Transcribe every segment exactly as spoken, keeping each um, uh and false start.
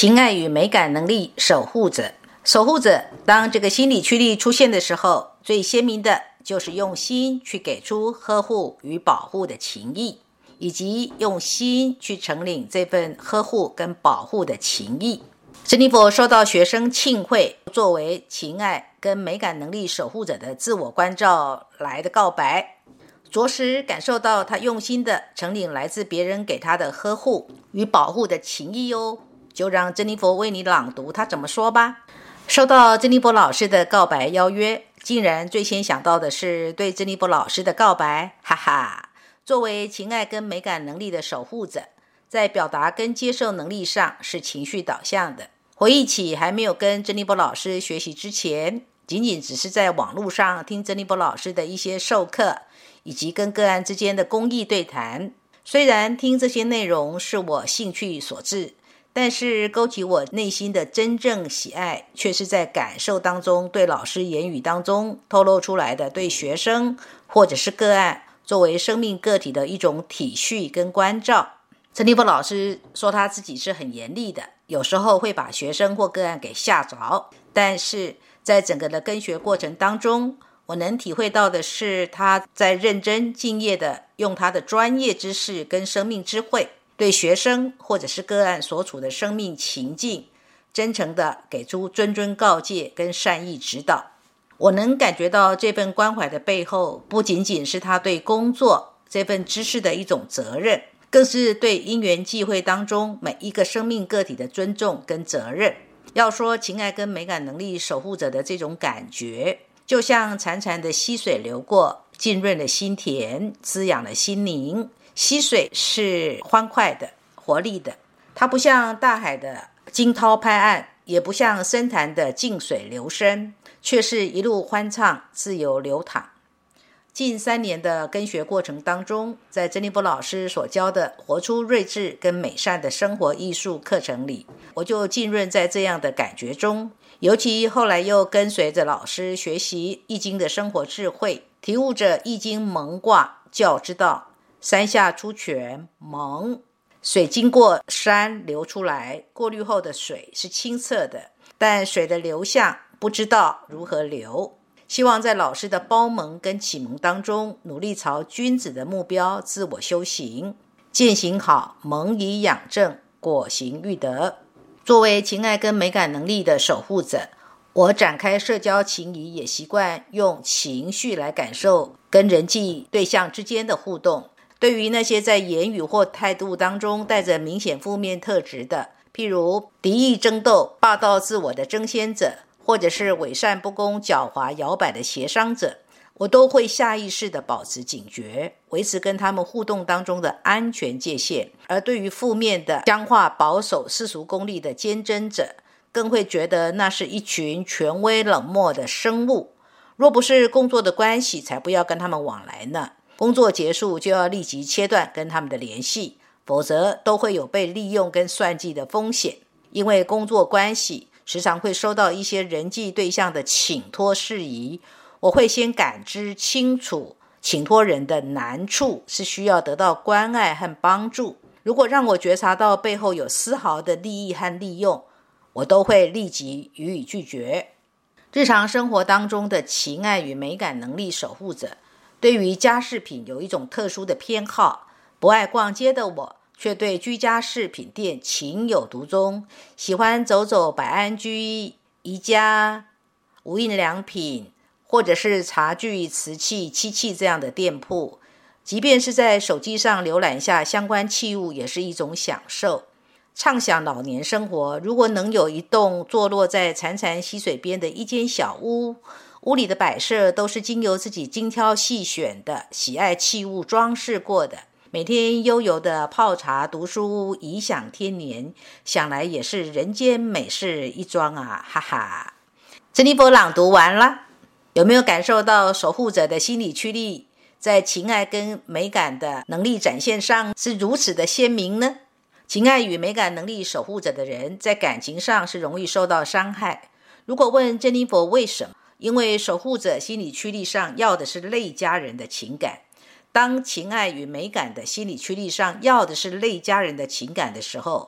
情爱与美感能力守护者。守护者当这个心理驱力出现的时候，最鲜明的就是用心去给出呵护与保护的情谊，以及用心去承领这份呵护跟保护的情谊。珍妮佛收到学生庆会作为情爱跟美感能力守护者的自我关照来的告白，着实感受到他用心的承领来自别人给他的呵护与保护的情谊哦。就让珍妮佛为你朗读他怎么说吧。收到珍妮佛老师的告白邀约，竟然最先想到的是对珍妮佛老师的告白，哈哈。作为情爱跟美感能力的守护者，在表达跟接受能力上是情绪导向的。回忆起还没有跟珍妮佛老师学习之前，仅仅只是在网络上听珍妮佛老师的一些授课，以及跟个案之间的公益对谈。虽然听这些内容是我兴趣所致，但是勾起我内心的真正喜爱，却是在感受当中对老师言语当中透露出来的对学生或者是个案作为生命个体的一种体恤跟关照。珍妮佛老师说他自己是很严厉的，有时候会把学生或个案给吓着，但是在整个的跟学过程当中，我能体会到的是他在认真敬业的用他的专业知识跟生命智慧，对学生或者是个案所处的生命情境，真诚的给出谆谆告诫跟善意指导。我能感觉到这份关怀的背后，不仅仅是他对工作这份知识的一种责任，更是对因缘际会当中每一个生命个体的尊重跟责任。要说情爱跟美感能力守护者的这种感觉，就像潺潺的溪水流过，浸润了心田，滋养了心灵。溪水是欢快的、活力的，它不像大海的惊涛拍岸，也不像深潭的静水流深，却是一路欢畅、自由流淌。近三年的跟学过程当中，在珍妮佛老师所教的活出睿智跟美善的生活艺术课程里，我就浸润在这样的感觉中。尤其后来又跟随着老师学习易经的生活智慧，体悟着易经蒙卦教之道，山下出泉，蒙水经过山流出来，过滤后的水是清澈的，但水的流向不知道如何流。希望在老师的包蒙跟启蒙当中，努力朝君子的目标自我修行，践行好蒙以养正，果行育德。作为情爱跟美感能力的守护者，我展开社交情谊也习惯用情绪来感受跟人际对象之间的互动。对于那些在言语或态度当中带着明显负面特质的，譬如敌意争斗、霸道自我的争先者，或者是伪善不公、狡猾摇摆的协商者，我都会下意识地保持警觉，维持跟他们互动当中的安全界限。而对于负面的僵化、保守、世俗功利的坚贞者，更会觉得那是一群权威冷漠的生物，若不是工作的关系，才不要跟他们往来呢。工作结束就要立即切断跟他们的联系，否则都会有被利用跟算计的风险。因为工作关系时常会收到一些人际对象的请托事宜，我会先感知清楚请托人的难处是需要得到关爱和帮助，如果让我觉察到背后有丝毫的利益和利用，我都会立即予以拒绝。日常生活当中的情爱与美感能力守护者，对于家饰品有一种特殊的偏好，不爱逛街的我却对居家饰品店情有独钟，喜欢走走百安居、宜家、无印良品，或者是茶具、瓷器、漆器这样的店铺。即便是在手机上浏览下相关器物，也是一种享受。畅想老年生活，如果能有一栋坐落在潺潺溪水边的一间小屋，屋里的摆设都是经由自己精挑细选的喜爱器物装饰过的，每天悠游的泡茶读书，颐享天年，想来也是人间美事一桩啊，哈哈。珍妮佛朗读完了，有没有感受到守护者的心理驱力在情爱跟美感的能力展现上是如此的鲜明呢？情爱与美感能力守护者的人在感情上是容易受到伤害。如果问珍妮佛为什么，因为守护者心理驱力上要的是类家人的情感，当情爱与美感的心理驱力上要的是类家人的情感的时候，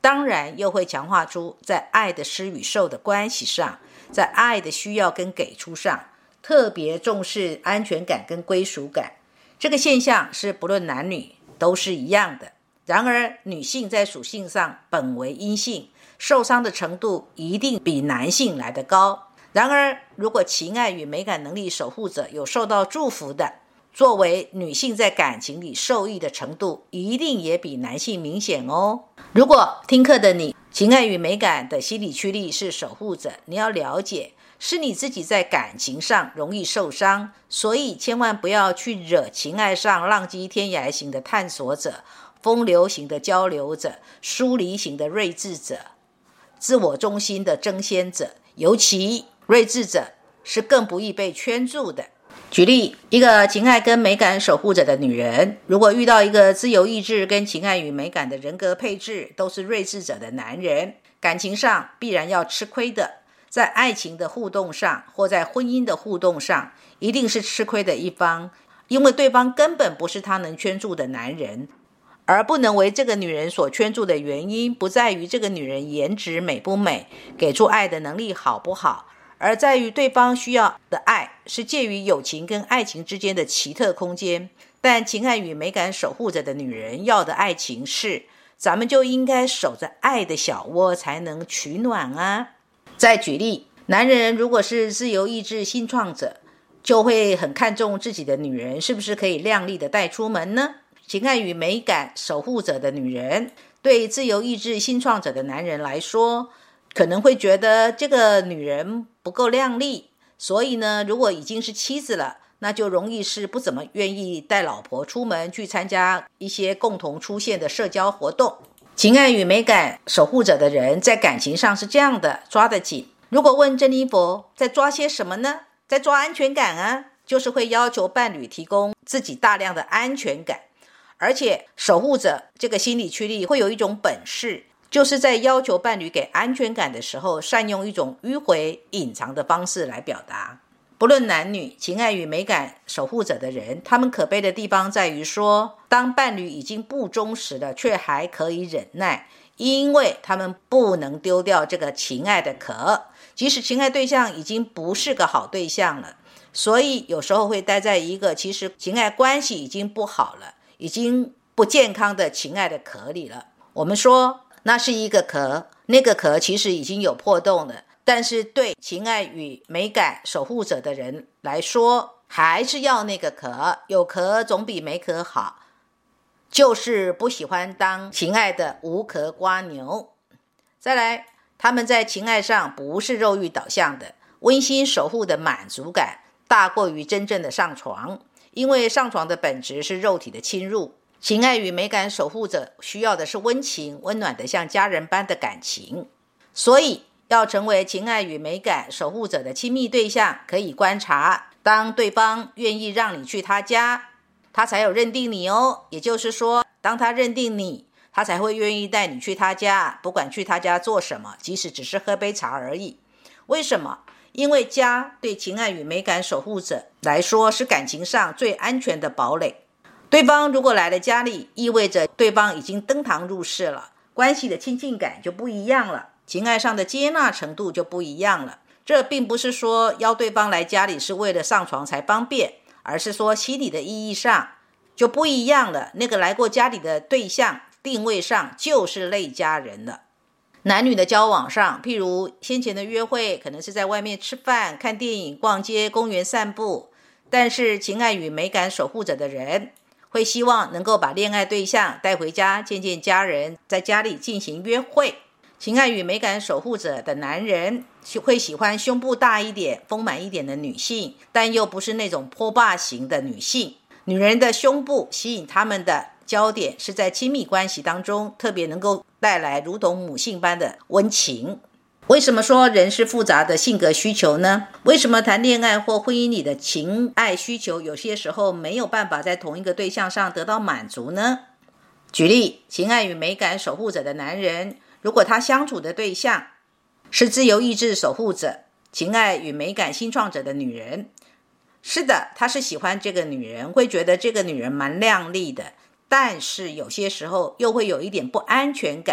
当然又会强化出在爱的施与受的关系上，在爱的需要跟给出上，特别重视安全感跟归属感。这个现象是不论男女都是一样的。然而女性在属性上本为阴性，受伤的程度一定比男性来得高。然而如果情爱与美感能力守护者有受到祝福的，作为女性在感情里受益的程度一定也比男性明显哦。如果听课的你情爱与美感的心理驱力是守护者，你要了解是你自己在感情上容易受伤，所以千万不要去惹情爱上浪迹天涯型的探索者，风流型的交流者，疏离型的睿智者，自我中心的争先者，尤其睿智者是更不易被圈住的。举例，一个情爱跟美感守护者的女人，如果遇到一个自由意志跟情爱与美感的人格配置都是睿智者的男人，感情上必然要吃亏的。在爱情的互动上或在婚姻的互动上，一定是吃亏的一方，因为对方根本不是他能圈住的男人。而不能为这个女人所圈住的原因，不在于这个女人颜值美不美，给出爱的能力好不好，而在于对方需要的爱是介于友情跟爱情之间的奇特空间。但情爱与美感守护者的女人要的爱情是，咱们就应该守着爱的小窝才能取暖啊。再举例，男人如果是自由意志新创者，就会很看重自己的女人是不是可以靓丽的带出门呢？情爱与美感守护者的女人，对自由意志新创者的男人来说，可能会觉得这个女人不够靓丽，所以呢，如果已经是妻子了，那就容易是不怎么愿意带老婆出门去参加一些共同出现的社交活动。情爱与美感守护者的人在感情上是这样的，抓得紧。如果问珍妮佛在抓些什么呢？在抓安全感啊，就是会要求伴侣提供自己大量的安全感。而且守护者这个心理驱力会有一种本事，就是在要求伴侣给安全感的时候，善用一种迂回隐藏的方式来表达。不论男女，情爱与美感守护者的人，他们可悲的地方在于说，当伴侣已经不忠实了，却还可以忍耐，因为他们不能丢掉这个情爱的壳，即使情爱对象已经不是个好对象了，所以有时候会待在一个其实情爱关系已经不好了，已经不健康的情爱的壳里了。我们说那是一个壳，那个壳其实已经有破洞了，但是对情爱与美感守护者的人来说，还是要那个壳，有壳总比没壳好，就是不喜欢当情爱的无壳瓜牛。再来，他们在情爱上不是肉欲导向的，温馨守护的满足感大过于真正的上床，因为上床的本质是肉体的侵入。情爱与美感守护者需要的是温情，温暖的像家人般的感情。所以要成为情爱与美感守护者的亲密对象，可以观察，当对方愿意让你去他家，他才有认定你哦。也就是说，当他认定你，他才会愿意带你去他家，不管去他家做什么，即使只是喝杯茶而已。为什么？因为家对情爱与美感守护者来说是感情上最安全的堡垒。对方如果来了家里，意味着对方已经登堂入室了，关系的亲近感就不一样了，情爱上的接纳程度就不一样了。这并不是说邀对方来家里是为了上床才方便，而是说心理的意义上就不一样了。那个来过家里的对象定位上就是类家人了。男女的交往上，譬如先前的约会可能是在外面吃饭、看电影、逛街、公园散步，但是情爱与美感守护者的人会希望能够把恋爱对象带回家见见家人，在家里进行约会。情爱与美感守护者的男人会喜欢胸部大一点、丰满一点的女性，但又不是那种波霸型的女性。女人的胸部吸引他们的焦点是在亲密关系当中，特别能够带来如同母性般的温情。为什么说人是复杂的性格需求呢？为什么谈恋爱或婚姻里的情爱需求有些时候没有办法在同一个对象上得到满足呢？举例，情爱与美感守护者的男人，如果他相处的对象是自由意志守护者、情爱与美感新创者的女人，是的，他是喜欢这个女人，会觉得这个女人蛮靓丽的，但是有些时候又会有一点不安全感。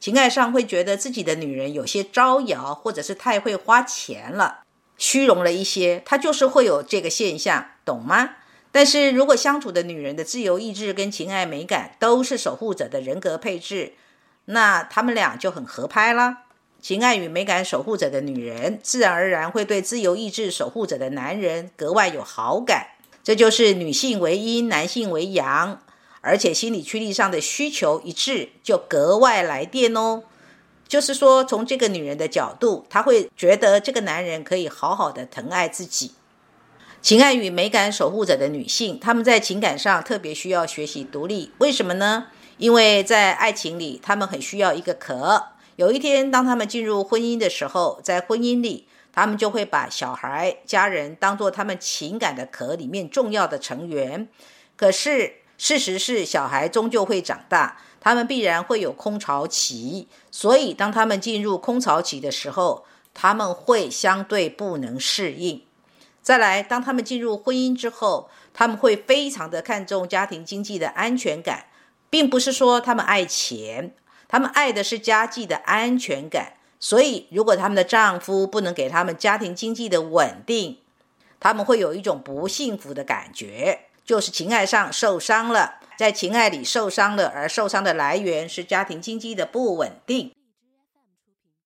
情爱上会觉得自己的女人有些招摇，或者是太会花钱了，虚荣了一些，他就是会有这个现象，懂吗？但是如果相处的女人的自由意志跟情爱美感都是守护者的人格配置，那他们俩就很合拍啦。情爱与美感守护者的女人自然而然会对自由意志守护者的男人格外有好感，这就是女性为阴，男性为阳，而且心理驱力上的需求一致，就格外来电哦。就是说，从这个女人的角度，她会觉得这个男人可以好好的疼爱自己。情爱与美感守护者的女性，她们在情感上特别需要学习独立，为什么呢？因为在爱情里，她们很需要一个壳。有一天，当他们进入婚姻的时候，在婚姻里，他们就会把小孩、家人当作他们情感的壳里面重要的成员。可是事实是，小孩终究会长大，他们必然会有空巢期，所以当他们进入空巢期的时候，他们会相对不能适应。再来，当他们进入婚姻之后，他们会非常的看重家庭经济的安全感，并不是说他们爱钱，他们爱的是家计的安全感。所以如果他们的丈夫不能给他们家庭经济的稳定，他们会有一种不幸福的感觉，就是情爱上受伤了，在情爱里受伤了，而受伤的来源是家庭经济的不稳定。